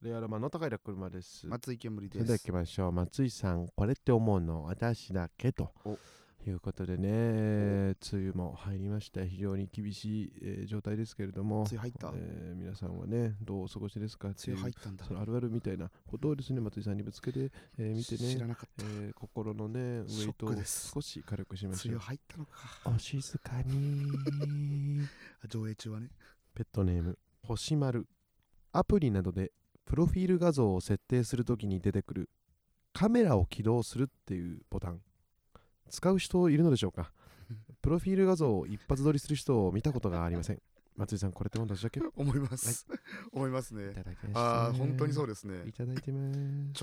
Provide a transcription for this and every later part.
レアロマンの高平車です。 松井煙です。 それでは行きましょう。松井さん、これって思うの私だけということでね、梅雨も入りました。非常に厳しい、状態ですけれども、 梅雨入った、 皆さんはね、どうお過ごしですか？ 梅雨入ったんだ。 そのあるあるみたいなことをですね、松井さんにぶつけて、見てね、 知らなかった。 心のね、ウェイトを少し軽くしましょう。 梅雨入ったのか。 お静かに上映中はね。 ペットネーム、星丸。アプリなどでプロフィール画像を設定するときに出てくるカメラを起動するっていうボタン、使う人いるのでしょうか？プロフィール画像を一発撮りする人を見たことがありません。松井さん、これって私だけ？ 思います、はい、思いますね。 いただきました。 ああ、本当にそうですね。 いただいてます。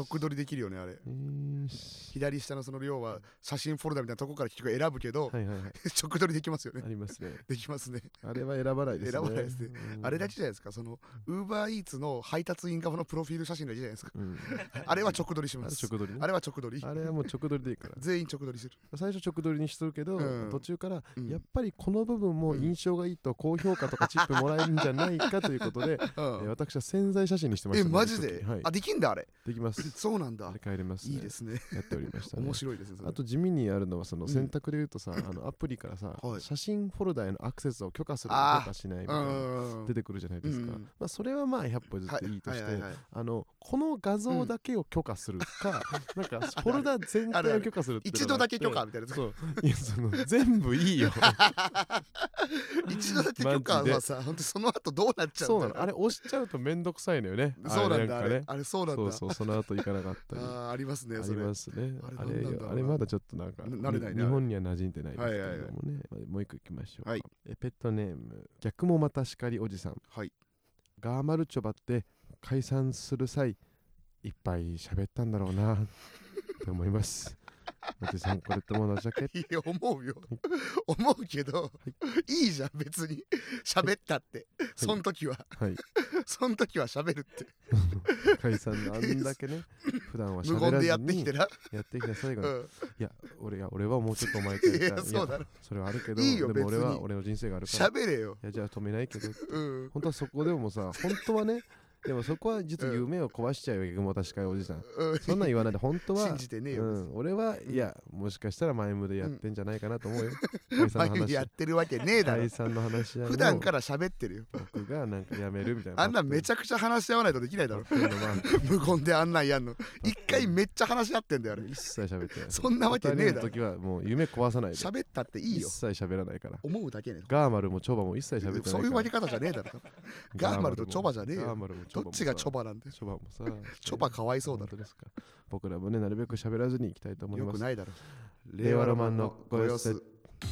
直撮りできるよね、あれ。左下のその量は写真フォルダみたいなとこから結局選ぶけど、 はいはいはい、 直撮りできますよね。 ありますね。 できますね。 あれは選ばないですね。 選ばないですね。あれだけじゃないですか。そのウーバーイーツの配達員側のプロフィール写真だけじゃないですか。あれは直撮りします。 直撮り、ね、 あれは直撮り。 あれはもう直撮りでいいから。 全員直撮りする。 最初直撮りにしとるけど、途中から、やっぱりこの部分も印象がいいと高評価とかチップもらえるんじゃないかということで、私は潜在写真にしてました、ね。 マジで、はい、あ、できんだあれ。 できます。 そうなんだ。 あれ帰れます、ね。 いいですね。 やっておりました、ね。 面白いですね。 あと地味にあるのはその選択で言うとさ、アプリからさ、写真フォルダへのアクセスを許可する許可しないみたいな出てくるじゃないですか。まあそれはまあ100歩ずついいとして、この画像だけを許可するか、なんかフォルダ全体を許可するって一度だけ許可みたいな。 そう、いやその全部いいよ。 一度だけ許可はさ、本当その後どうなっちゃうんだろう。 そうなの、あれ押しちゃうとめんどくさいのよね。 そうなんだ、あれそうなんだ。 そうその後行かなかったり。 ありますね。 ありますね。あれまだちょっとなんか慣れないね。 日本には馴染んでないですけれどもね。もう一個行きましょう。ペットネーム、逆もまた叱りおじさん。ガーマルチョバって解散する際いっぱい喋ったんだろうなと思います。松井さん、これってもう同じだけ？ いや、思うよ。思うけど、いいじゃん、別に。喋ったって。そん時は。そん時は喋るって。 解散のあんだけね、普段は喋らずに無言でやってきてな。 やってきた最後に。いや、俺はもうちょっとお前とやりたい。いや、 そうだろ。 それはあるけど、 でも俺は俺の人生があるから。 喋れよ。 いや、じゃあ止めないけど。本当はそこでもさ、本当はね、でもそこは実は夢を壊しちゃうよ、逆も確かにおじさん。そんなん言わないで、本当は信じてねえよ。 俺はいや、もしかしたら前ムでやってんじゃないかなと思うよ。 前ムでやってるわけねえだろ。 解散の話。 普段から喋ってるよ。 僕がなんかやめるみたいな。 あんなめちゃくちゃ話し合わないとできないだろ。無言であんなんやんの。一回めっちゃ話し合ってんだよ、あれ。 一切喋ってない。 そんなわけねえだろ。 時はもう夢壊さないで。 喋ったっていいよ。 一切喋らないから。 思うだけね。 ガーマルもチョバも一切喋ってないから。 そういう分け方じゃねえだろ。ガーマルとチョバじゃねえよ。どっちがチョバなんで。 チョバもさ、 チョバかわいそうだろ。 僕らもね、なるべく喋らずにいきたいと思います。 よくないだろ。 令和ロマンのご様子。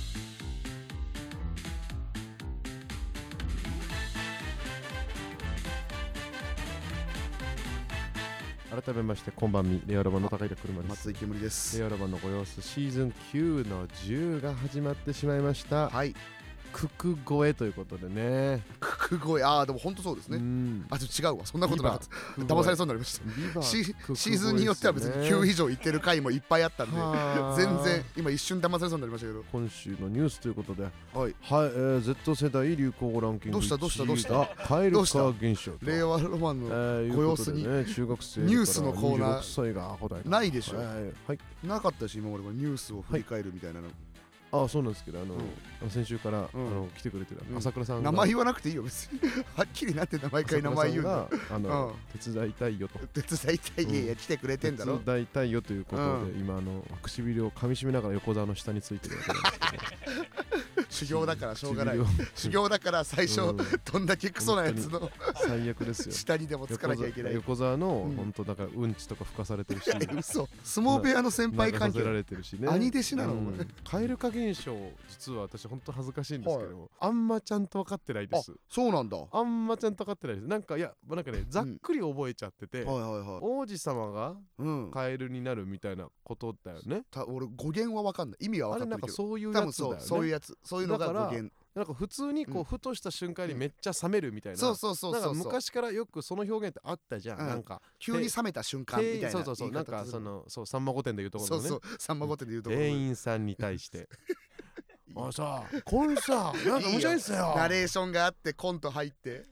改めましてこんばんみ、令和ロマンの高平車です。 松井煙です。 令和ロマンのご様子シーズン9の10が始まってしまいました。 はい。 クク超えということでね。 クク超え、でも本当そうですね。あ、違うわ、そんなことなかった。騙されそうになりました。シーズンによっては別に9以上いってる回もいっぱいあったんで、全然今一瞬騙されそうになりましたけど。 今週のニュースということで、 はい、 Z 世代流行ランキング、 どうした蛙化現象、 令和ロマンのご様子に中学生ニュースのコーナーないでしょ。なかったし、今までニュースを振り返るみたいなの。 そうなんですけど、先週から来てくれてる朝倉さんが、 名前言わなくていいよ別に。はっきりなって名前言うんだ。 手伝いたいよと。 手伝いたい、いや来てくれてんだろ。 手伝いたいよということで、今唇を噛み締めながら横澤の下についてるわけなんですけど。 修行だからしょうがない。修行だから最初どんだけクソなやつの最悪ですよ。 下にでもつかなきゃいけない。 横澤の本当だからうんちとか吹かされてるし、 嘘。相撲部屋の先輩関係。兄弟子なの。 蛙化現象、実は私本当恥ずかしいんですけど、あんまちゃんと分かってないです。 そうなんだ。 あんまちゃんと分かってないです。なんかね、ざっくり覚えちゃってて、王子様がカエルになるみたいなことだよね。 俺語源は分かんない。意味は分かんないけど、 そういうやつだよね。 そういうやつ、そういうのが語源。 なんか普通にこうふとした瞬間にめっちゃ冷めるみたいな。 そうなんか昔からよくその表現ってあったじゃん。なんか急に冷めた瞬間みたいな。 そうなんかさんま御殿でいうところのね。 さんま御殿でいうところ。 店員さんに対して。これさ、なんか面白いっすよ。 ナレーションがあってコント入って。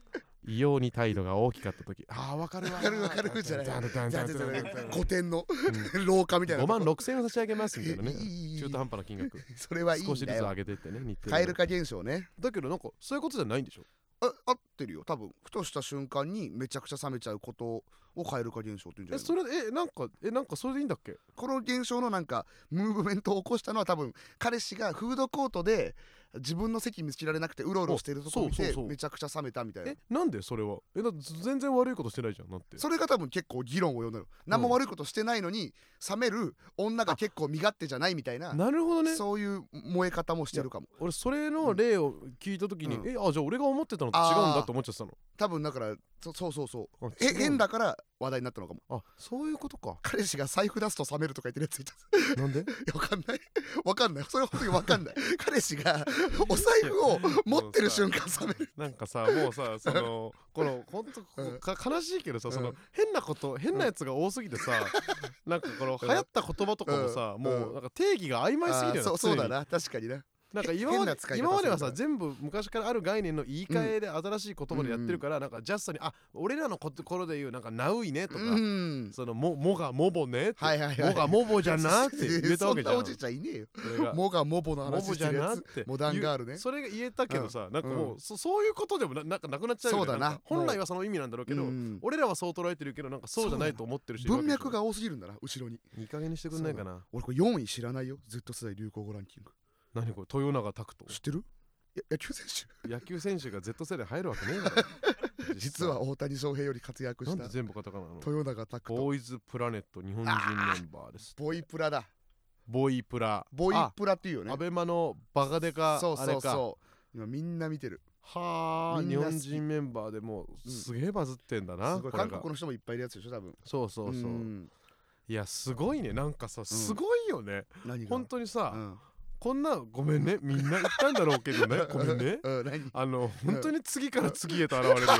異様に態度が大きかった時、ああ分かるわわかるじゃない古典のうん廊下みたいな 5万6千円を差し上げますみたいなね、 いい中途半端な金額それはいいんだよ。 少しずつ上げてってね、日程蛙化現象ね。 だけどなんかそういうことじゃないんでしょ。 合ってるよ多分。ふとした瞬間にめちゃくちゃ冷めちゃうことを蛙化現象って言うんじゃないの。 それなんかそれでいいんだっけ。 この現象のなんかムーブメントを起こしたのは多分彼氏がフードコートで自分の席見つけられなくてうろうろしてるとこ見てそうめちゃくちゃ冷めたみたいな。 なんでそれはだって全然悪いことしてないじゃん。だってそれが多分結構議論を呼んだの。何も悪いことしてないのに冷める女が結構身勝手じゃないみたいな。 なるほどね。 そういう燃え方もしてるかも。 俺それの例を聞いた時に、 うんじゃあ俺が思ってたのと違うんだって思っちゃってたの。 多分だからそう違う変だから話題になったのかも。 あ、そういうことか。 彼氏が財布出すと冷めるとか言ってるやついた。 なんでいやわかんないそれは本当にわかんない。彼氏がお財布を持ってる瞬間冷める。 なんかさ、もうさ、そのこのほんと悲しいけどさ、その変なやつが多すぎてさ、なんかこの流行った言葉とかもさ、もうなんか定義が曖昧すぎるよね。 そうだな、確かにな。 なんか今まではさ、全部昔からある概念の言い換えで新しい言葉でやってるから、なんかジャストに俺らのところで言うなんかナウイねとか、そのモガモボねって、モガモボじゃなって言えたわけじゃん。 そんなおじいちゃんいねえよ。モガモボの話してるやつ、モダンガールね。 それが言えたけどさ、なんかもうそういうことでもなんかなくなっちゃうよね。 そうだな。 本来はその意味なんだろうけど、俺らはそう捉えてるけど、なんかそうじゃないと思ってるし。 文脈が多すぎるんだな、後ろに。 いい加減にしてくんないかな。 俺これ4位知らないよ。Z 世代流行語ランキング。 何これ、豊永拓人知ってる？野球選手が Z 世代入るわけねえだろ。 実は大谷翔平より活躍した。 なんで全部カタカナなの？ 豊永拓人。 ボーイズプラネット日本人メンバーです。 ボイプラだ。 ボイプラっていうよね。 アベマのバカデカ。 そう今みんな見てる。 はあ、日本人メンバーでもうすげえバズってんだな。 韓国の人もいっぱいいるやつでしょ多分。 そういやすごいね。なんかさすごいよね。本当にさ、こんなごめんね、みんな言ったんだろうけどね、ごめんね。本当に次から次へと現れるよね。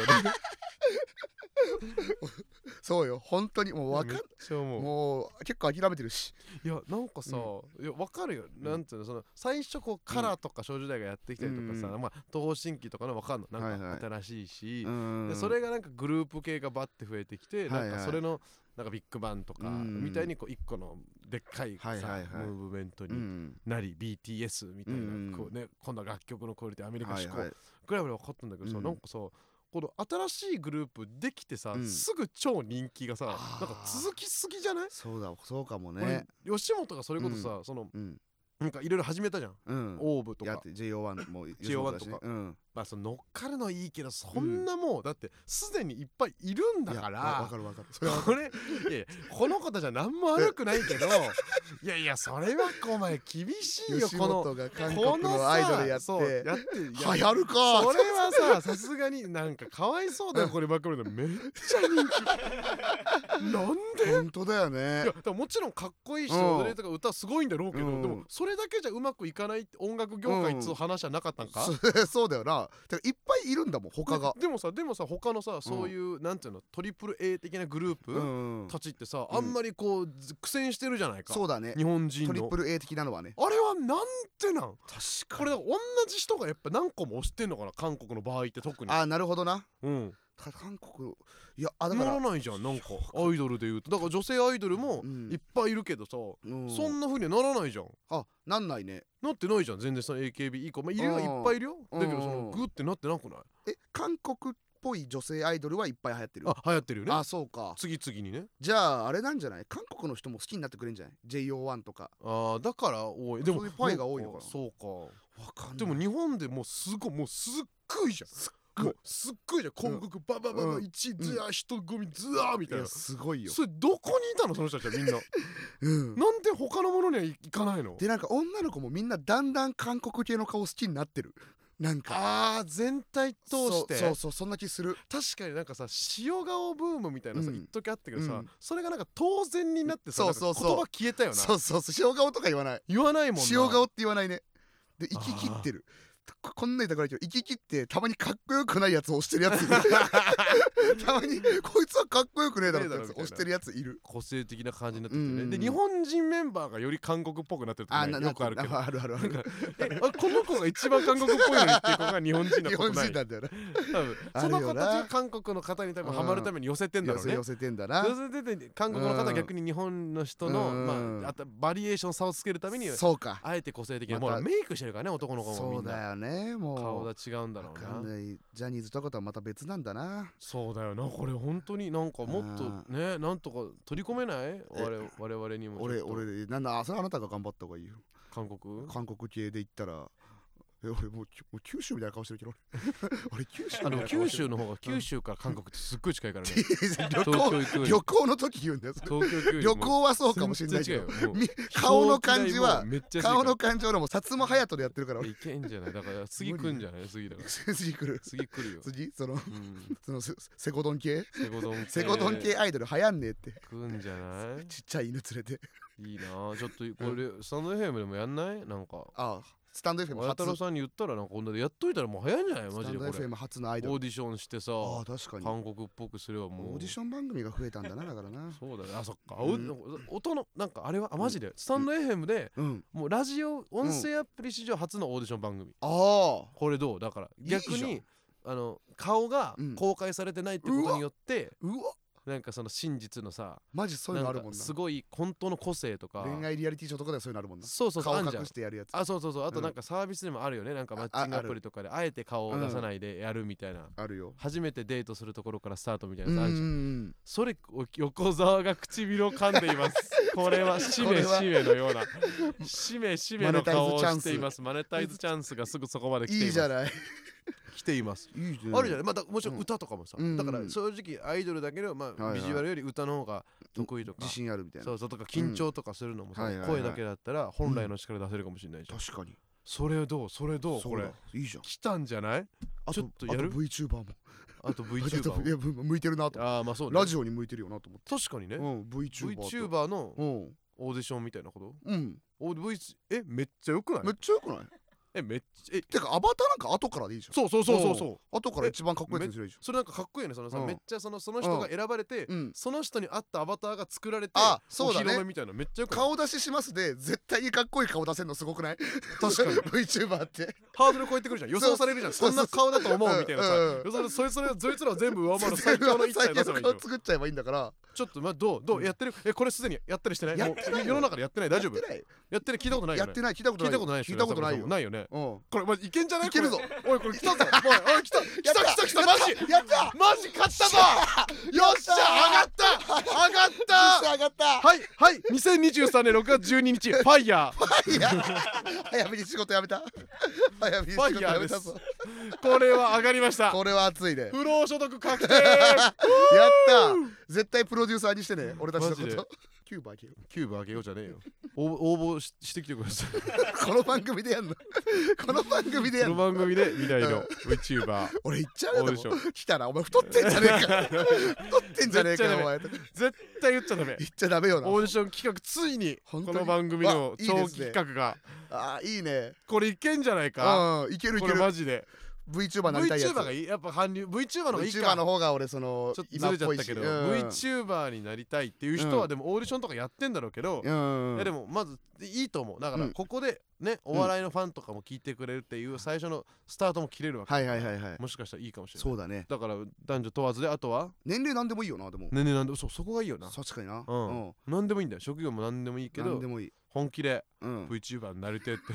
そうよ、本当にもう分かんもう結構諦めてるし。 いやなんかさ、いや分かるよ。なんていうの、その最初こうカラーとか少女時代がやってきたりとかさ、まあ東方神起とかの分かんの、なんか新しいし、それがなんかグループ系がバッて増えてきて、なんかそれのなんかビッグバンとかみたいにこう一個のでっかいさムーブメントになり、 BTS みたいなこうね、今度は楽曲のクオリティアメリカ志向ぐらいまで分かったんだけどさ、なんかさこの新しいグループできてさ、すぐ超人気がさ、なんか続きすぎじゃない？ そうかもね。 吉本がそれこそさ、そのなんかいろいろ始めたじゃん。オーブとか JO1 も JO1 とか、まあその乗っかるのいいけど、そんなもうだってすでにいっぱいいるんだから。 わかるこれこの子たちは何も悪くないけど、いやそれはお前厳しいよ。 吉本が韓国のアイドルやって流行るか。 それはさすがになんかかわいそうだよ。こればっかりでめっちゃ人気。なんで？ 本当だよね。 いやもちろんかっこいいし踊りとか歌すごいんだろうけど、でもそれだけじゃうまくいかない音楽業界っつう話はなかったんか？ そうだよな。いっぱいいるんだもん他が。 でもさ他のさ、そういうなんていうのトリプル A 的なグループたちってさ、あんまりこう苦戦してるじゃないか。 そうだね。 日本人のトリプル A 的なのはね。 あれはなんてなん？ 確かこれ同じ人がやっぱ何個も押してんのかな、韓国の場合って特に。 なるほどな。韓国いやだからならないじゃん。なんかアイドルでいうとだから女性アイドルもいっぱいいるけどさ、そんな風にはならないじゃん。 なんないね。 なってないじゃん全然。その AKB 以降いるよ、いっぱいいるよ。だけどそのグってなってなくない？ 韓国っぽい女性アイドルはいっぱい流行ってる。 流行ってるよね。 そうか。 次々にね。 じゃああれなんじゃない？韓国の人も好きになってくれんじゃない？ JO1 とか。 だから多い。でもそういうパイが多いのかな。 そうか。 わかんない。 でも日本でもうすっごいじゃん。もうすっごいじゃん。広告ババババ1ズワ人混みズワーみたいな。 すごいよ。 それどこにいたのその人たちはみんな。なんで他のものには行かないの？ でなんか女の子もみんなだんだん韓国系の顔好きになってる。なんか全体通して。 そんな気する。 確かになんかさ塩顔ブームみたいなさ一時あったけどさ、それがなんか当然になってさ、言葉消えたよな。 そう塩顔とか言わない。 言わないもんな。 塩顔って言わないね。で生き切ってる。 こんなにだから生き切ってたまにかっこよくないやつを押してるやついるたまにこいつはかっこよくねえだろってやつ押してるやついる。 個性的な感じになっててね。で日本人メンバーがより韓国っぽくなってるってよくあるけど、 あるあるある。 この子が一番韓国っぽいのにっていう子が日本人なことない。 日本人なんだよな。 多分その子たちが韓国の方に多分ハマるために寄せてんだろうね。 寄せてんだな。 寄せてて韓国の方は逆に日本の人のまあバリエーション差をつけるためにそうか、 あえて個性的なもうメイクしてるからね、男の子もみんな。 そうだよね。もう顔が違うんだろうな。 ジャニーズとかとはまた別なんだな。 そうだよな。これ本当になんかもっとね、なんとか取り込めない？我々にも。 俺なんだ、それあなたが頑張った方がいいよ。韓国系で言ったら俺もう九州みたいな顔してるけど俺九州の方が九州から韓国ってすっごい近いからね。 旅行の時言うんだよ。旅行はそうかもしれないけど、顔の感じは俺も薩摩隼人でやってるから。 いけんじゃない。だから次来んじゃない。次だから次来るよ。次そのセコドン系アイドル流行んねえって来んじゃない。 ちっちゃい犬連れて。 いいな。ちょっとこれスタンド FM でもやんない？なんかスタンド FM 初。 綾太郎さんに言ったらなんか女でやっといたらもう早いんじゃない？マジでこれ。 スタンド FM 初のアイドル。 オーディションしてさ、 確かに韓国っぽくすればもう。 オーディション番組が増えたんだな、だからな。 そうだね。あ、そっか。音のなんかあれはマジでスタンド FM でもうラジオ音声アプリ史上初のオーディション番組。これどう？だから逆に顔が公開されてないってことによって、なんかその真実のさ、 マジそういうのあるもんな。 すごい本当の個性とか、 恋愛リアリティショーとかではそういうのあるもんな。 そう顔隠してやるやつ。 そうあとなんかサービスでもあるよね。なんかマッチングアプリとかであえて顔を出さないでやるみたいな。 あるよ。初めてデートするところからスタートみたいなやつあるじゃん。それを横澤が唇を噛んでいます。これはしめのようなしめの顔をしています。マネタイズチャンスがすぐそこまで来ています。 いいじゃない。 来ています。あるじゃない。またもちろん歌とかもさ、だから正直アイドルだけどビジュアルより歌の方が得意とか自信あるみたいな。 そうとか緊張とかするのもさ、声だけだったら本来の力出せるかもしれないじゃん。 確かに。 それどうこれいいじゃん。来たんじゃない？ちょっとやる？ VTuber も。 あと VTuber いや向いてるなと。 まあそうね。 ラジオに向いてるよなと思って。 確かにね。 VTuber のオーディションみたいなこと？めっちゃよくない？ めっちゃよくない？てかアバターなんか後からでいいじゃん。そう後から一番かっこいいやつにすればいいじゃん。 それなんかかっこいいね。そのさめっちゃその人が選ばれてその人に合ったアバターが作られてお披露目みたいな。めっちゃよくない？顔出ししますで絶対にかっこいい顔出せるのすごくない？ 確かに VTuber ってハードル超えてくるじゃん。予想されるじゃん。そんな顔だと思うみたいなさ。そいつらを全部上回る最強の一体出せばいいよ。 顔作っちゃえばいいんだから。 ちょっとどうやってる？これすでにやったりしてない？世の中でやってない？大丈夫？やってる？聞いたことないよね。 聞いたことないよ。 ないよね。これマジいけんじゃない？ いけるぞ。 おいこれ来たぞ。おい来たマジやった。 マジ勝ったぞ。よっしゃ上がったはい2023年6月12日ファイヤー早めに仕事やめた。ぞ。 これは上がりました。 これは熱いね。 不労所得確定。 やった絶対プロデューサーにしてね、俺たちのこと。キューブ開けようじゃねえよ。応募してきてください。この番組でやんの？この番組で未来の VTuber 俺言っちゃうよ。来たらお前太ってんじゃねえか。お前絶対言っちゃダメ。 言っちゃダメよな。 オーディション企画ついにこの番組の長期企画がいいね。 これいけんじゃないか。 いけるこれマジで。 VTuber なりたいやつ。 VTuber がいい。やっぱ韓流 VTuber の方がいいか。 VTuber の方が俺そのちょっとずれちゃったけど VTuber になりたいっていう人はでもオーディションとかやってんだろうけど、いやでもまずいいと思う。だからここでねお笑いのファンとかも聞いてくれるっていう最初のスタートも切れるわけ。もしかしたらいいかもしれない。 そうだね。 だから男女問わずで、あとは年齢なんでもいいよな。でも年齢なんでそこがいいよな。 確かにな。 なんでもいいんだよ。職業もなんでもいいけど本気で VTuber になりてって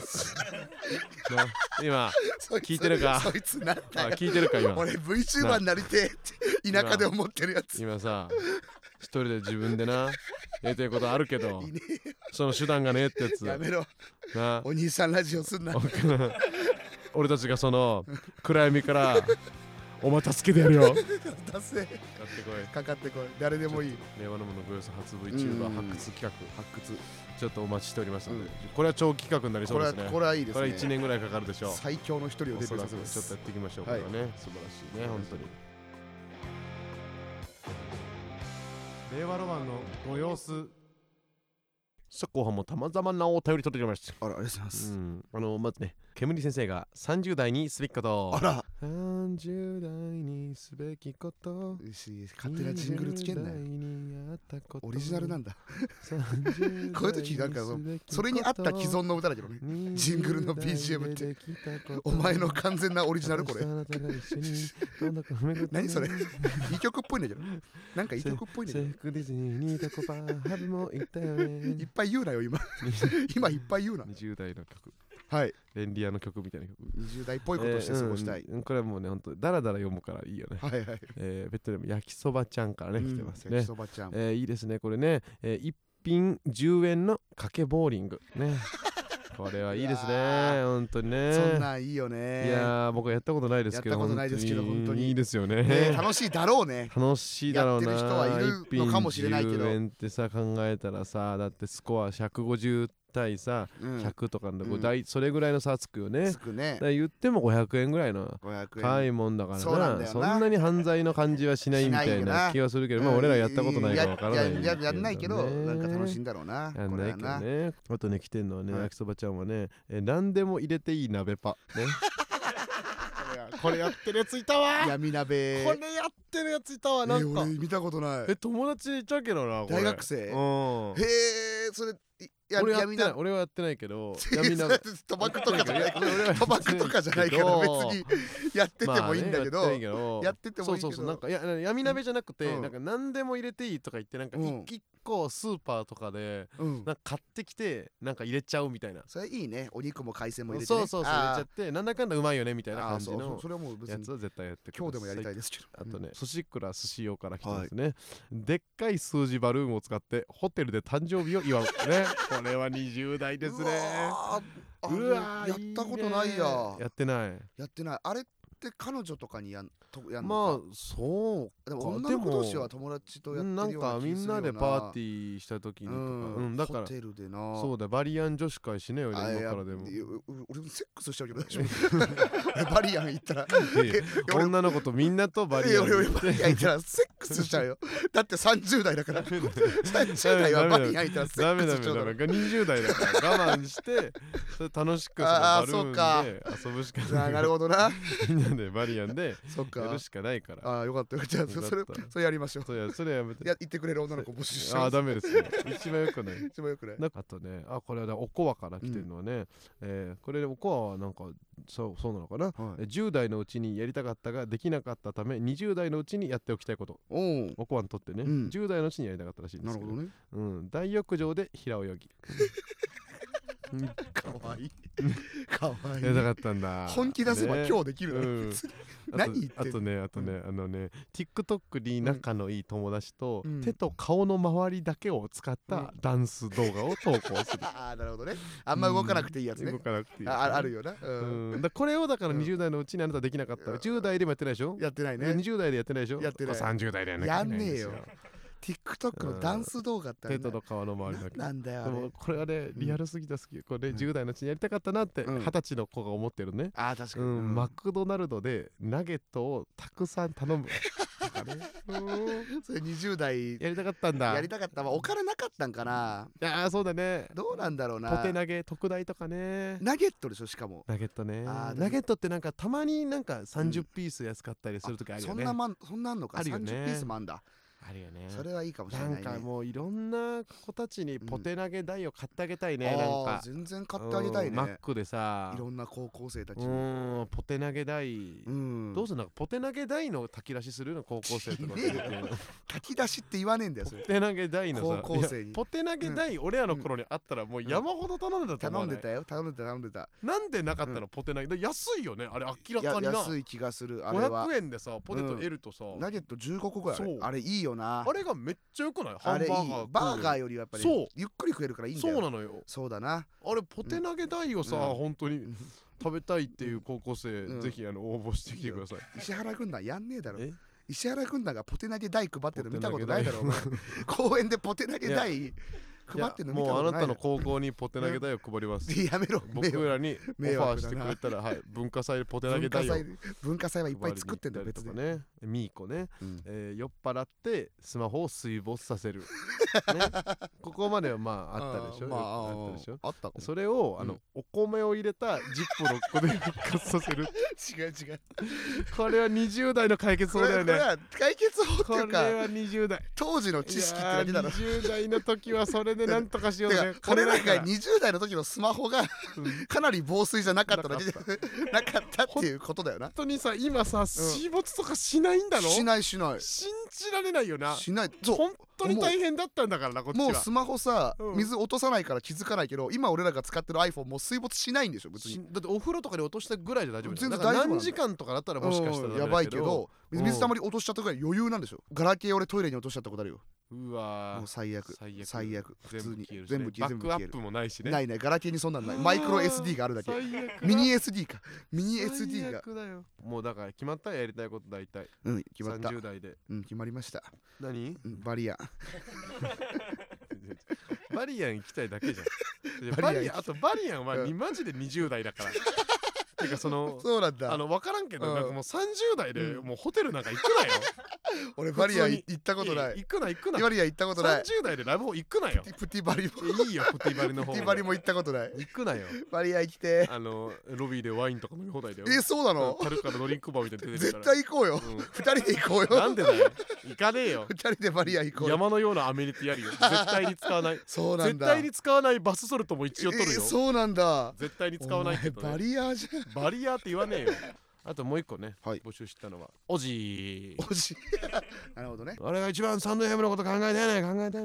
今聞いてるか？ そいつなんだよ。 聞いてるか今？ 俺 VTuber になりてって田舎で思ってるやつ。 今さ一人で自分でなやりたいことあるけどその手段がねえってやつ。 やめろな。お兄さんラジオすんな。 俺たちがその暗闇からお前助けてやるよ。かかってこい。誰でもいい。令和のものご様子初 VTuber 発掘企画ちょっとお待ちしておりますので、これは長期企画になりそうですね。 これはいいですね。 これ1年ぐらいかかるでしょう。 最強の一人をデビューさせます。 ちょっとやっていきましょう。これはね素晴らしいね本当に。令和ロマンのご様子。 さあ後半もたまざまなお便り届きました。 あら、ありがとうございます。 まずね、煙先生が30代にすべきこと。 あら、 30代にすべきこと。 勝手なジングルつけんなよ。オリジナルなんだ。こういう時なんかそれに合った既存の歌だけどね。ジングルの BGM って。お前の完全なオリジナルこれ。何それ。いい曲っぽいんだけど。なんかいい曲っぽいね。いっぱい言うなよ今。今いっぱい言うな。 20代の曲。 はい。 レンリアの曲みたいな曲。 20代っぽいことして過ごしたい。 これはもうね、ほんとダラダラ読むからいいよね。 はいはい。 ベッドでも焼きそばちゃんからね、来てますね。 焼きそばちゃん。 いいですね、これね。1品10円の賭けボーリング。ね。これはいいですね、本当にね。 そんなんいいよね。 いやー、僕はやったことないですけど、 やったことないですけど、本当にいいですよね。 楽しいだろうね。 楽しいだろうな。 やってる人はいるのかもしれないけど。 1品10円ってさ、考えたらさ、だってスコア150対さ、100とかのそれぐらいの差つくよね。 つくね。 言っても500円ぐらいの買い物だからな。そんなに犯罪の感じはしないみたいな気がするけど、まあ俺らやったことないからわからない。 やんないけど、なんか楽しいんだろうな。 やんないけどね。あとね、来てんのはね、焼きそばちゃんはね、何でも入れていい鍋パ。ね。これやってるやついたわ。 闇鍋。 これやってるやついたわ。なんか俺見たことない。 友達いたけどな。 大学生。へえ、それ。 俺はやってないけど、闇鍋賭博とかじゃないけど、賭博とかじゃないから別にやっててもいいんだけど、やっててもいいけど、 そうなんか闇鍋じゃなくて、なんか何でも入れていいとか言って、なんか一個スーパーとかでなんか買ってきてなんか入れちゃうみたいな。 それいいね。お肉も海鮮も入れてね。 そう入れちゃって、なんだかんだうまいよねみたいな感じのそれはもう別にやつは絶対やってくる。 今日でもやりたいですけど。 あとね、寿司倉寿司用から来てますね。でっかい数字バルーンを使ってホテルで誕生日を祝うね。これは20代ですね。 うわ、やったことないや。 やってない。 あれって彼女とかにやんのか。 まあそうでも女の子同士は友達とやってるような気がするよな。 なんかみんなでパーティーした時にとか、だからホテルでな。 そうだ、バリアン女子会しねよね、今からでも。 俺セックスしちゃうけど大丈夫。バリアン行ったら女の子とみんなとバリアン行ったらセックスしちゃうよ。だって30代だから。30代はバリアン行ったらセックスしちゃうから。 20代だから我慢して楽しくバルーンで遊ぶしかない。 なるほどな。 みんなでバリアンでやるしかないから。 ああ、よかったよ。じゃあそれやりましょう。 それやめて。 言ってくれる女の子募集します。 ああ、ダメですね。一番よくない。 一番よくない。 あとね、これはおこわから来てるのはね、これおこわはなんかそうなのかな。10代のうちにやりたかったができなかったため、20代のうちにやっておきたいこと。おこわにとってね、10代のうちにやりたかったらしいんですけど。なるほどね。大浴場で平泳ぎ。 かわいい。かわいい。 やりたかったんだ。 本気出せば今日できる。何言ってんの。 あとね、TikTok に仲のいい友達と手と顔の周りだけを使ったダンス動画を投稿する。 ああ、なるほどね。あんま動かなくていいやつね。 動かなくていい。 あるよな。 これをだから20代のうちにあなたできなかったら10代でもやってないでしょ。 やってないね。 20代でやってないでしょ。 やってない。 30代でやんねえよ。TikTok のダンス動画って手と顔の周りだけなんだよ。 でもこれはね、リアルすぎた好き。これ10代のうちにやりたかったなって20歳の子が思ってるね。 ああ、確かに。 マクドナルドでナゲットをたくさん頼む。 それ20代やりたかったんだ。 やりたかった。お金なかったんかな。 いやそうだね。 どうなんだろうな。 ポテ投げ特大とかね。 ナゲットでしょ、しかも。 ナゲットね。ナゲットってなんかたまになんか30ピース安かったりするときあるよね。 そんなんのか。30ピースもあんだ。 あるよね。 それはいいかもしれないね。 なんかもういろんな子たちにポテ投げ台を買ってあげたいね。なんか全然買ってあげたいね。 マックでさ、 いろんな高校生たちにポテ投げ台どうするの。ポテ投げ台の炊き出しするの高校生とか。 炊き出しって言わねえんだよ。 ポテ投げ台のさ、 高校生にポテ投げ台俺らの頃にあったらもう山ほど頼んでたと思う。 頼んでたよ。頼んでた。 なんでなかったのポテ投げ。安いよねあれ、明らかにな。 安い気がする。あれは 500円でさ、ポテト L とさナゲット15個ぐらい。あれいいよな。 あれがめっちゃよくない。ハンバーガーバーガーよりはやっぱりゆっくり食えるからいいんだよ。 そうなのよ。 そうだな。 あれポテ投げ台をさ、本当に食べたいっていう高校生、ぜひ応募してきてください。 石原軍団やんねえだろ。石原軍団がポテ投げ台配ってるの見たことないだろ。公園でポテ投げ台配ってんの見たもうことない。 あなたの高校にポテ投げ台を配ります。 やめろ。 僕らにオファーしてくれたら、はい、文化祭でポテ投げ台を文化祭はいっぱい作ってんだよ別でね。ミーコね、酔っ払ってスマホを水没させる、ね、ここまではまああったでしょ。 まああったでしょ。 あったかも。 それをお米を入れたジップロックで復活させる。 違う。 これは20代の解決法だよね。 これは解決法ってこいうかれは20代当時の知識ってだけだろ。 20代の時はそれでなんとかしようね。 俺らが20代の時のスマホがかなり防水じゃなかっただけでなかったっていうことだよな。 本当にさ今さ水没とかしないんだろ。 しない。 信じられないよな。 しない。 本当に大変だったんだからなこっちは。 もうスマホさ水落とさないから気づかないけど、今俺らが使ってる iPhone もう水没しないんでしょ別に。 だってお風呂とかに落としたぐらいで大丈夫だよ。 全然大丈夫なんだ。 何時間とかだったらもしかしたらやばいけど水たまり落としちゃったぐらい余裕なんでしょ。ガラケー俺トイレに落としちゃったことあるよ。 うわもう最悪普通に全部消えるしね。バックアップもないしね。 ないガラケーにそんなんない。マイクロ SD があるだけ。ミニ SD か。ミニ SD がもうだから決まったやりたいこと大体。 決まった。 30代で決まりました。 何？ バリアン。 バリアン行きたいだけじゃん。あとバリアンはマジで20代だから。てかそうなんだ。 分からんけどなんかもう30代でもうホテルなんか行くなよ。 俺バリアン行ったことない。 行くな。 バリアン行ったことない。 30代でラブホ行くなよ。 プティバリもいいよ。プティバリの方。 プティバリも行ったことない。 行くなよ。 バリアン行きて。 ロビーでワインとか飲み放題だよ。 そうなの？ タルカのドリンクバーみたいな出てるから。 絶対行こうよ。2人で行こうよ。 なんでだよ。行かねえよ。 2人でバリアン行こうよ。 山のようなアメニティあるよ。絶対に使わない。 そうなんだ。 絶対に使わないバスソルトも一応取るよ。 そうなんだ。 絶対に使わないけどね。 バリアーじゃん。 バリアーって言わねえよ。あともう一個ね、 はい募集したのはおじなるほどね。 あれが一番サンドヘムのこと考えてね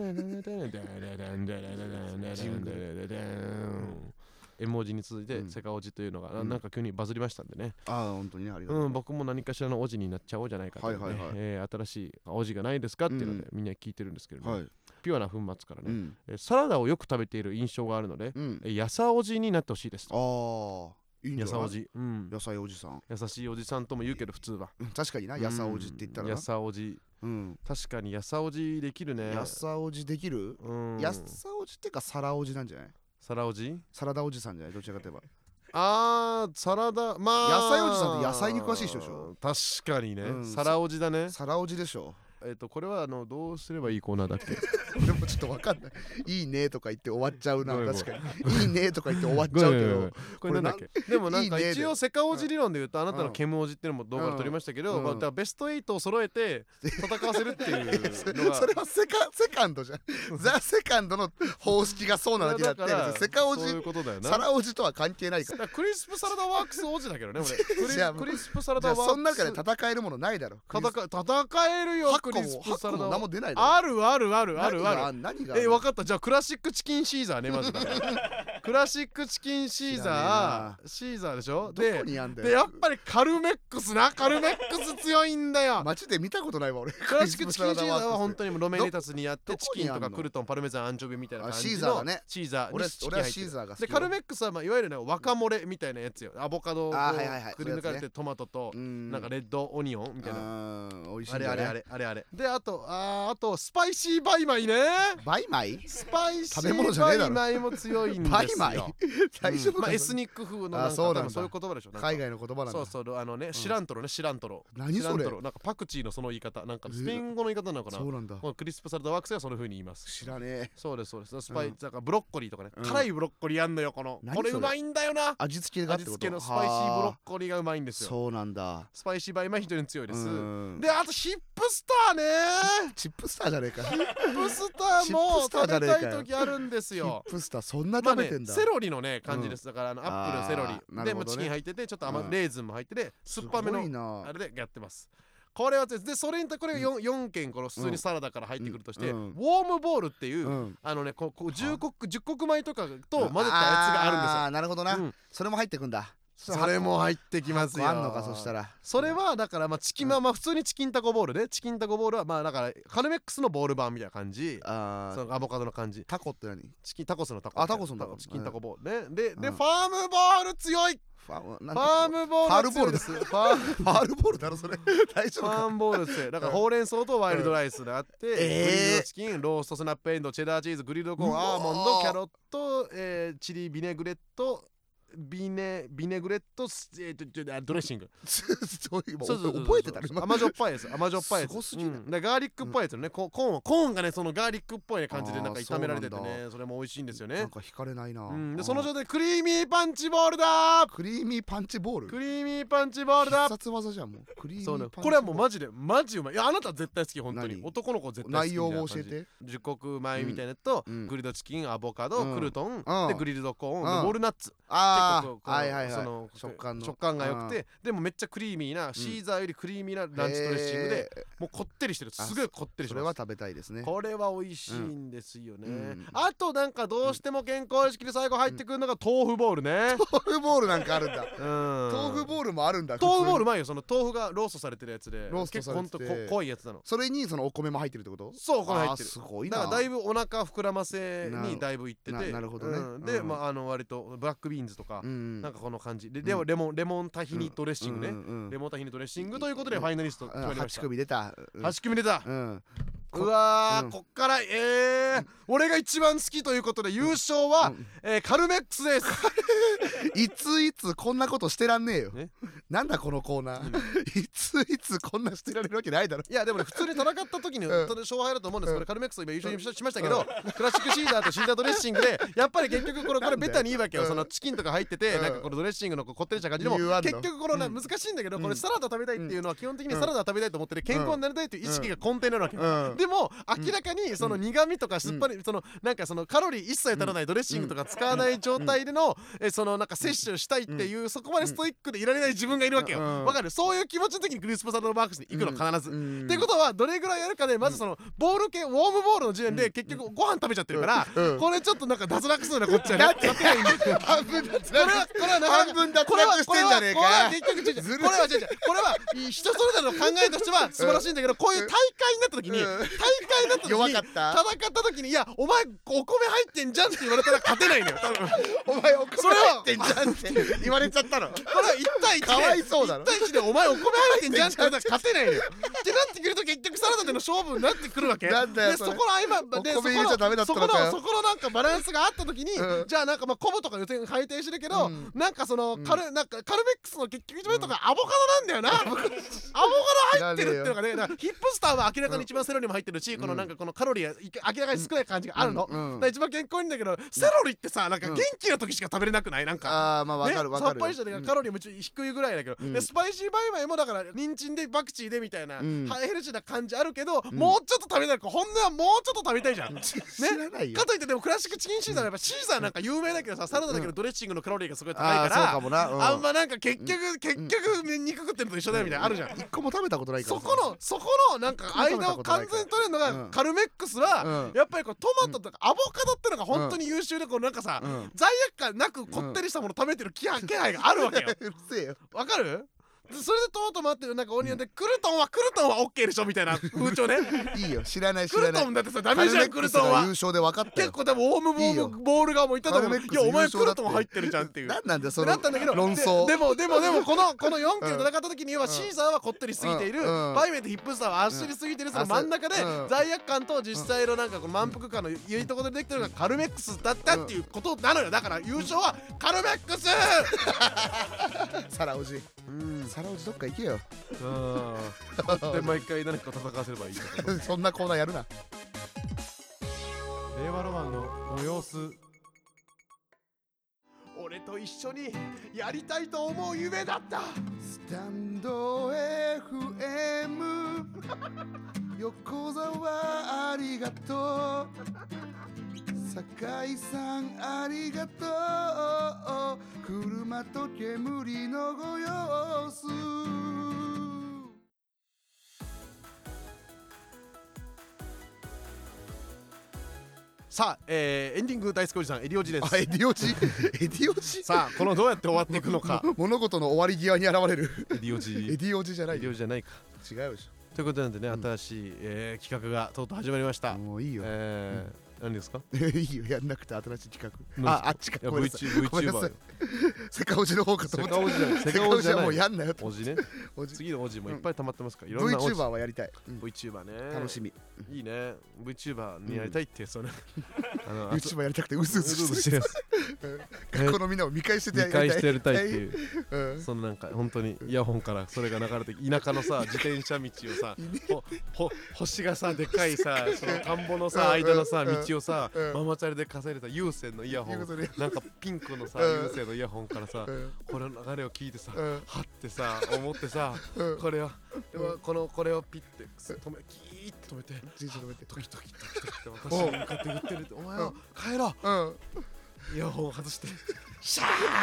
絵文字に続いてセカオジというのがなんか急にバズりましたんでね。 本当にね、ありがとう。 僕も何かしらのおじになっちゃおうじゃないかというね、新しいおじがないですかっていうのでみんな聞いてるんですけれども、ピュアな粉末からね、サラダをよく食べている印象があるのでやさおじになってほしいです。やさおじ、 野菜おじさん、 優しいおじさんとも言うけど普通は確かにな、やさおじって言ったらやさおじ、確かにやさおじできるね。 やさおじできる？やさおじってかサラおじなんじゃない？ サラおじ？ サラダおじさんじゃない？どちらかといえばサラダ、まあ野菜おじさんって野菜に詳しい人でしょ？ 確かにね、サラおじだね。 サラおじでしょ。 これはどうすればいいコーナーだっけ？ でもちょっとわかんない。いいねとか言って終わっちゃうな。確かにいいねとか言って終わっちゃうけど、 これなんだっけ？でもなんか一応セカオジ理論で言うとあなたのケムオジっていうのも動画で撮りましたけど、ベスト8を揃えて戦わせるっていうのがそれはセカンドじゃん。ザ・セカンドの方式がそうなだけだって、セカオジサラオジとは関係ないから。 クリスプサラダワークスオジだけどね俺。クリスプサラダワークス、 そん中で戦えるものないだろ。 戦えるよ。クリスプサラダ何も出ない。 ある。 何が分かった。じゃあクラシックチキンシーザーねまずだクラシックチキンシーザーでしょ。でやっぱりカルメックス強いんだよ。 街で見たことないわ俺。 クラシックチキンシーザーは本当にロメインレタスにやってチキンとかクルトンパルメザンアンチョビみたいな感じのシーザーだね。 シーザー俺はシーザーが好きで、カルメックスはいわゆるねワカモレみたいなやつよ。アボカドをくり抜かれてトマトとなんかレッドオニオンみたいな、あれで、あとスパイシーバイマイね。 バイマイ？ スパイシーバイマイも強いんですよ。 バイマイ？大丈夫か？ エスニック風のなんかそういう言葉でしょ。 海外の言葉なんだ。 そうシラントロ。 何それ？ なんかパクチーのその言い方、なんかスペイン語の言い方なのかな。 そうなんだ。 クリスプサラダワークスはその風に言います。 知らねえ。 そうです。スパイだからブロッコリーとかね、辛いブロッコリーやんのよ。これうまいんだよな。 味付けがってこと？ 味付けのスパイシーブロッコリーがうまいんですよ。 そうなんだ。 スパイシーバイマイ非常に強いです。で、あとヒップスターね。 チップスターじゃねえか。 ヒップスターも食べたい時あるんですよ。 ヒップスターそんな食べてんだ。 セロリのね感じです。だからアップルセロリでもチキン入っててちょっとレーズンも入ってて酸っぱめのあれでやってます。これはでそれにこれが 4件この普通にサラダから入ってくるとして、ウォームボールっていう10穀米とかと混ぜたやつがあるんですよ。 なるほどな。それも入ってくんだ。 それも入ってきますよ。 あんのかそしたら。 それはだからまあチキンまあ普通にチキンタコボールでチキンタコボールはまあだからカルメックスのボール版みたいな感じ。 あそのアボカドの感じ。 タコって何？ チキンタコスのタコ。 あ、タコスのタコ。 チキンタコボールね。でうんファームボール強い。 ファームボール強いです。ファールボールだろそれ。大丈夫か？ ームボール強い。だからほうれん草とワイルドライスであって、グリルドチキン、ローストスナップエンド、チェダーチーズ、グリルドコーン、アーモンド、キャロット、チリビネグレット、ビネグレット、ドレッシング。 そう覚えてたね。 甘じょっぱいです。甘じょっぱいやつ。 すごすぎる。 ガーリックっぽいやつね。コーンがねそのガーリックっぽい感じでなんか炒められててね、それも美味しいんですよね。 なんか惹かれないな。 でその状態でクリーミーパンチボールだ。 クリーミーパンチボール。 クリーミーパンチボールだ。 必殺技じゃんもう。クリーミーパンチボール。 これはもうマジうまい。いやあなた絶対好き本当に。男の子絶対好き。 内容を教えて。 十穀米みたいなやつとグリドチキン、アボカド、クルトンでグリルドコーン、ウォルナッツ。 ああ、はいはいはい。 その食感が良くて、でもめっちゃクリーミーな、シーザーよりクリーミーなランチドレッシングでもうこってりしてる。すごいこってりします。 それは食べたいですね。 これは美味しいんですよね。あとなんかどうしても健康意識で最後入ってくるのが豆腐ボールね。 豆腐ボールなんかあるんだ。豆腐ボールもあるんだ。 豆腐ボールうまいよ。その豆腐がローストされてるやつで結構ほんと濃いやつなの。 それにそのお米も入ってるってこと？ そう、お米入ってる。 すごいな。 だからだいぶお腹膨らませにだいぶいってて、 なるほどね。 でまあ割とブラックビーンズとかなんかこの感じで、レモンタヒニドレッシングね。レモンタヒニドレッシングということでファイナリスト決まりました。 8組出た。 8組出た。うわー、こっから俺が一番好きということで優勝はカルメックスです。 いつこんなことしてらんねえよ。なんだこのコーナー。いつこんなしてられるわけないだろ。 いやでもね普通に戦った時に勝敗だと思うんです。これカルメックス今優勝しましたけど、クラシックシーザーとシーザードレッシングでやっぱり結局これベタにいいわけよ。そのチキンとか入っててなんかこのドレッシングのこってりした感じでも結局この難しいんだけど、これサラダ食べたいっていうのは基本的にサラダ食べたいと思ってて健康になりたいという意識が根底になるわけ。でも明らかにその苦味とか酸っぱりそのなんかそのカロリー一切足らないドレッシングとか使わない状態でのそのなんか摂取したいっていうそこまでストイックでいられない自分がいるわけよ。わかる？そういう気持ちの時にクリスプサラダバークスに行くの必ず。っていうことはどれぐらいやるかでまずそのボール系ウォームボールの時点で結局ご飯食べちゃってるからこれちょっとなんか脱落するなこっちはね。 半分脱落してんじゃねえか。 これは人それぞれの考えとしては素晴らしいんだけど、こういう大会になった時に弱かった。 戦った時にいやお前お米入ってんじゃんって言われたら勝てないのよ多分。 お前お米入ってんじゃんって言われちゃったの。これは1対1でかわいそうだろ。 1対1でお前お米入ってんじゃんって言われたら勝てないのよ。ってなってくると結局サラダでの勝負になってくるわけ。 なんだよでそこの合間でそこのなんかバランスがあった時にじゃあなんかまあコブとか予選改定してるけどなんかそのカルメックスの結局一番とかアボカドなんだよな。アボカド入ってるっていうのがね、だからヒップスターは明らかに一番セロリも入ってるしこのなんかこのカロリーが明らかに少ない感じがあるの。だから一番健康いいんだけどセロリってさなんか元気な時しか食べれなくない？なんかまあわかるわかる。 さっぱりしたカロリーも低いぐらいだけどでスパイシーバイバイもだから人参でパクチーでみたいなヘルシーな感じあるけどもうちょっと食べたいから本音はもうちょっと食べたいじゃん。ねかといってでもクラシックチキンシーザーはやっぱシーザーなんか有名だけどさサラダだけどドレッシングのカロリーがすごい高いからあんまなんか結局肉食ってると一緒だよみたいなあるじゃん。 一個も食べたことないからそこのなんか間を完全に取れるのがカルメックスはやっぱりこうトマトとかアボカドってのが本当に優秀でこうなんかさ罪悪感なくこってりしたもの食べてる気配があるわけよ。 うるせえよ。 わかる？それでトマトってるなんかオニオンでクルトンはオッケーでしょみたいな風潮ね。 いいよ知らない。 クルトンだってさダメじゃん。クルトンは優勝で分かったよ。 結構多分オウムボール側もいたと思う。いやお前クルトン入ってるじゃんっていう。 なんだよそのなったんだけど論争。 でもこの4件戦った時にはシーザーはこってりすぎているバイメンとヒップスターはあっしりすぎてるその真ん中で罪悪感と実際のなんかこの満腹感のいいところでできてるのがカルメックスだったっていうことなのよ。だから優勝はカルメックス。 サラオジどっか行けよ。 で毎回何か戦わせればいい。 そんなコーナーやるな。 令和ロマンのご様子。俺と一緒にやりたいと思う夢だった。 スタンド FM 横澤ありがとう。酒井さんありがとう。車と煙のご様子。 さあ、エンディング大好きおじさんエディオジです。 エディオジエディオジさあこのどうやって終わっていくのか物事の終わり際に現れるエディオジエディオジじゃないエディオジじゃないか違うでしょということなんでね、新しい、企画がとうとう始まりました。 もういいよ、 何ですかいいよやんなくて新しい企画あっちかごめんなさい VTuber セカオジの方かと思ったセカオジじゃないもうやんなよおじね次のおじもいっぱい溜まってますから、いろんな VTuber はやりたい VTuber ね楽しみいいね VTuber にやりたいってそれ YouTuber やりたくてうすうすしてる学校のみんなを見返してやりたいっていうそのなんか本当にイヤホンからそれが流れて田舎のさ自転車道をさ星がさでっかいさその田んぼのさ間のさ道をさママチャリで稼いでた有線のイヤホンなんかピンクのさ有線のイヤホンからさこれの流れを聞いてさはってさ思ってさこれをピッて止めキーッて止めてトキトキトキトキって私に向かって言ってるってお前は帰ろうイヤホン外してシャ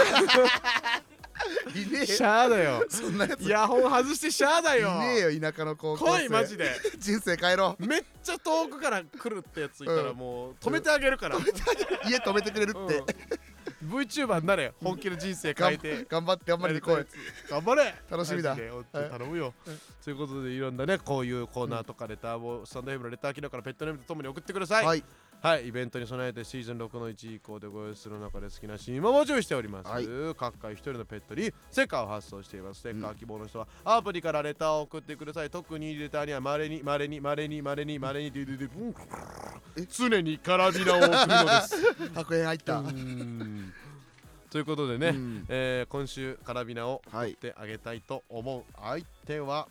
ーいねえシャーだよそんなやつイヤホン外してシャーだよいねえよ田舎の高校生来いマジで人生帰ろうめっちゃ遠くから来るってやついたらもう止めてあげるから家止めてくれるって VTuber になれ本気の人生変えて頑張りに来い頑張れ楽しみだ頼むよということでいろんなねこういうコーナーとかレターをスタンドヘブのレター機能からペットネームとともに送ってくださいはいイベントに備えてシーズン6の1以降でご用意する中で好きなシーンももちろんしております各回一人のペットにステッカーを発送しています。ステッカー希望の人はアプリからレターを送ってください。特にレターには稀に常にカラビナを送るのです 100円入ったということでね、今週カラビナを送ってあげたいと思う相手は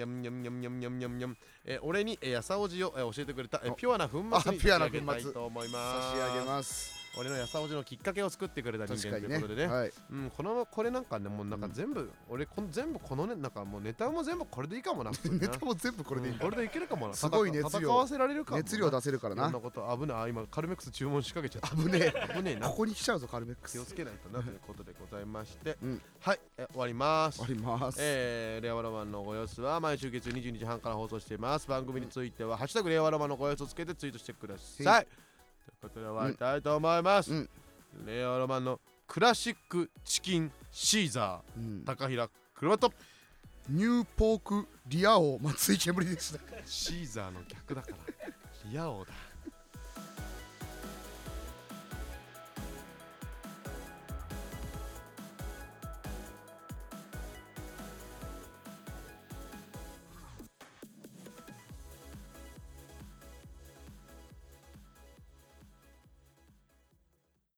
俺にやさおじを教えてくれたピュアな粉末に差し上げたいと思います。 差し上げます。 俺のやさおじのきっかけを作ってくれた人間ということでね、これなんかねもうなんか全部俺全部このねなんかもうネタも全部これでいいかもなネタも全部これでいいこれでいけるかもなすごい熱量戦わせられるかも熱量出せるからなそんなこと危ない今カルメックス注文しかけちゃった危ねえなここに来ちゃうぞカルメックス気をつけないとなということでございましてはい終わります令和ロマンのご様子は毎週月22時半から放送しています。番組についてはハッシュタグ令和ロマンのご様子をつけてツイートしてくださいということで終わりたいと思います令和ロマンのクラシックチキンシーザー高平車とニューポークリアオ松井煙でしたシーザーの逆だからリアオだ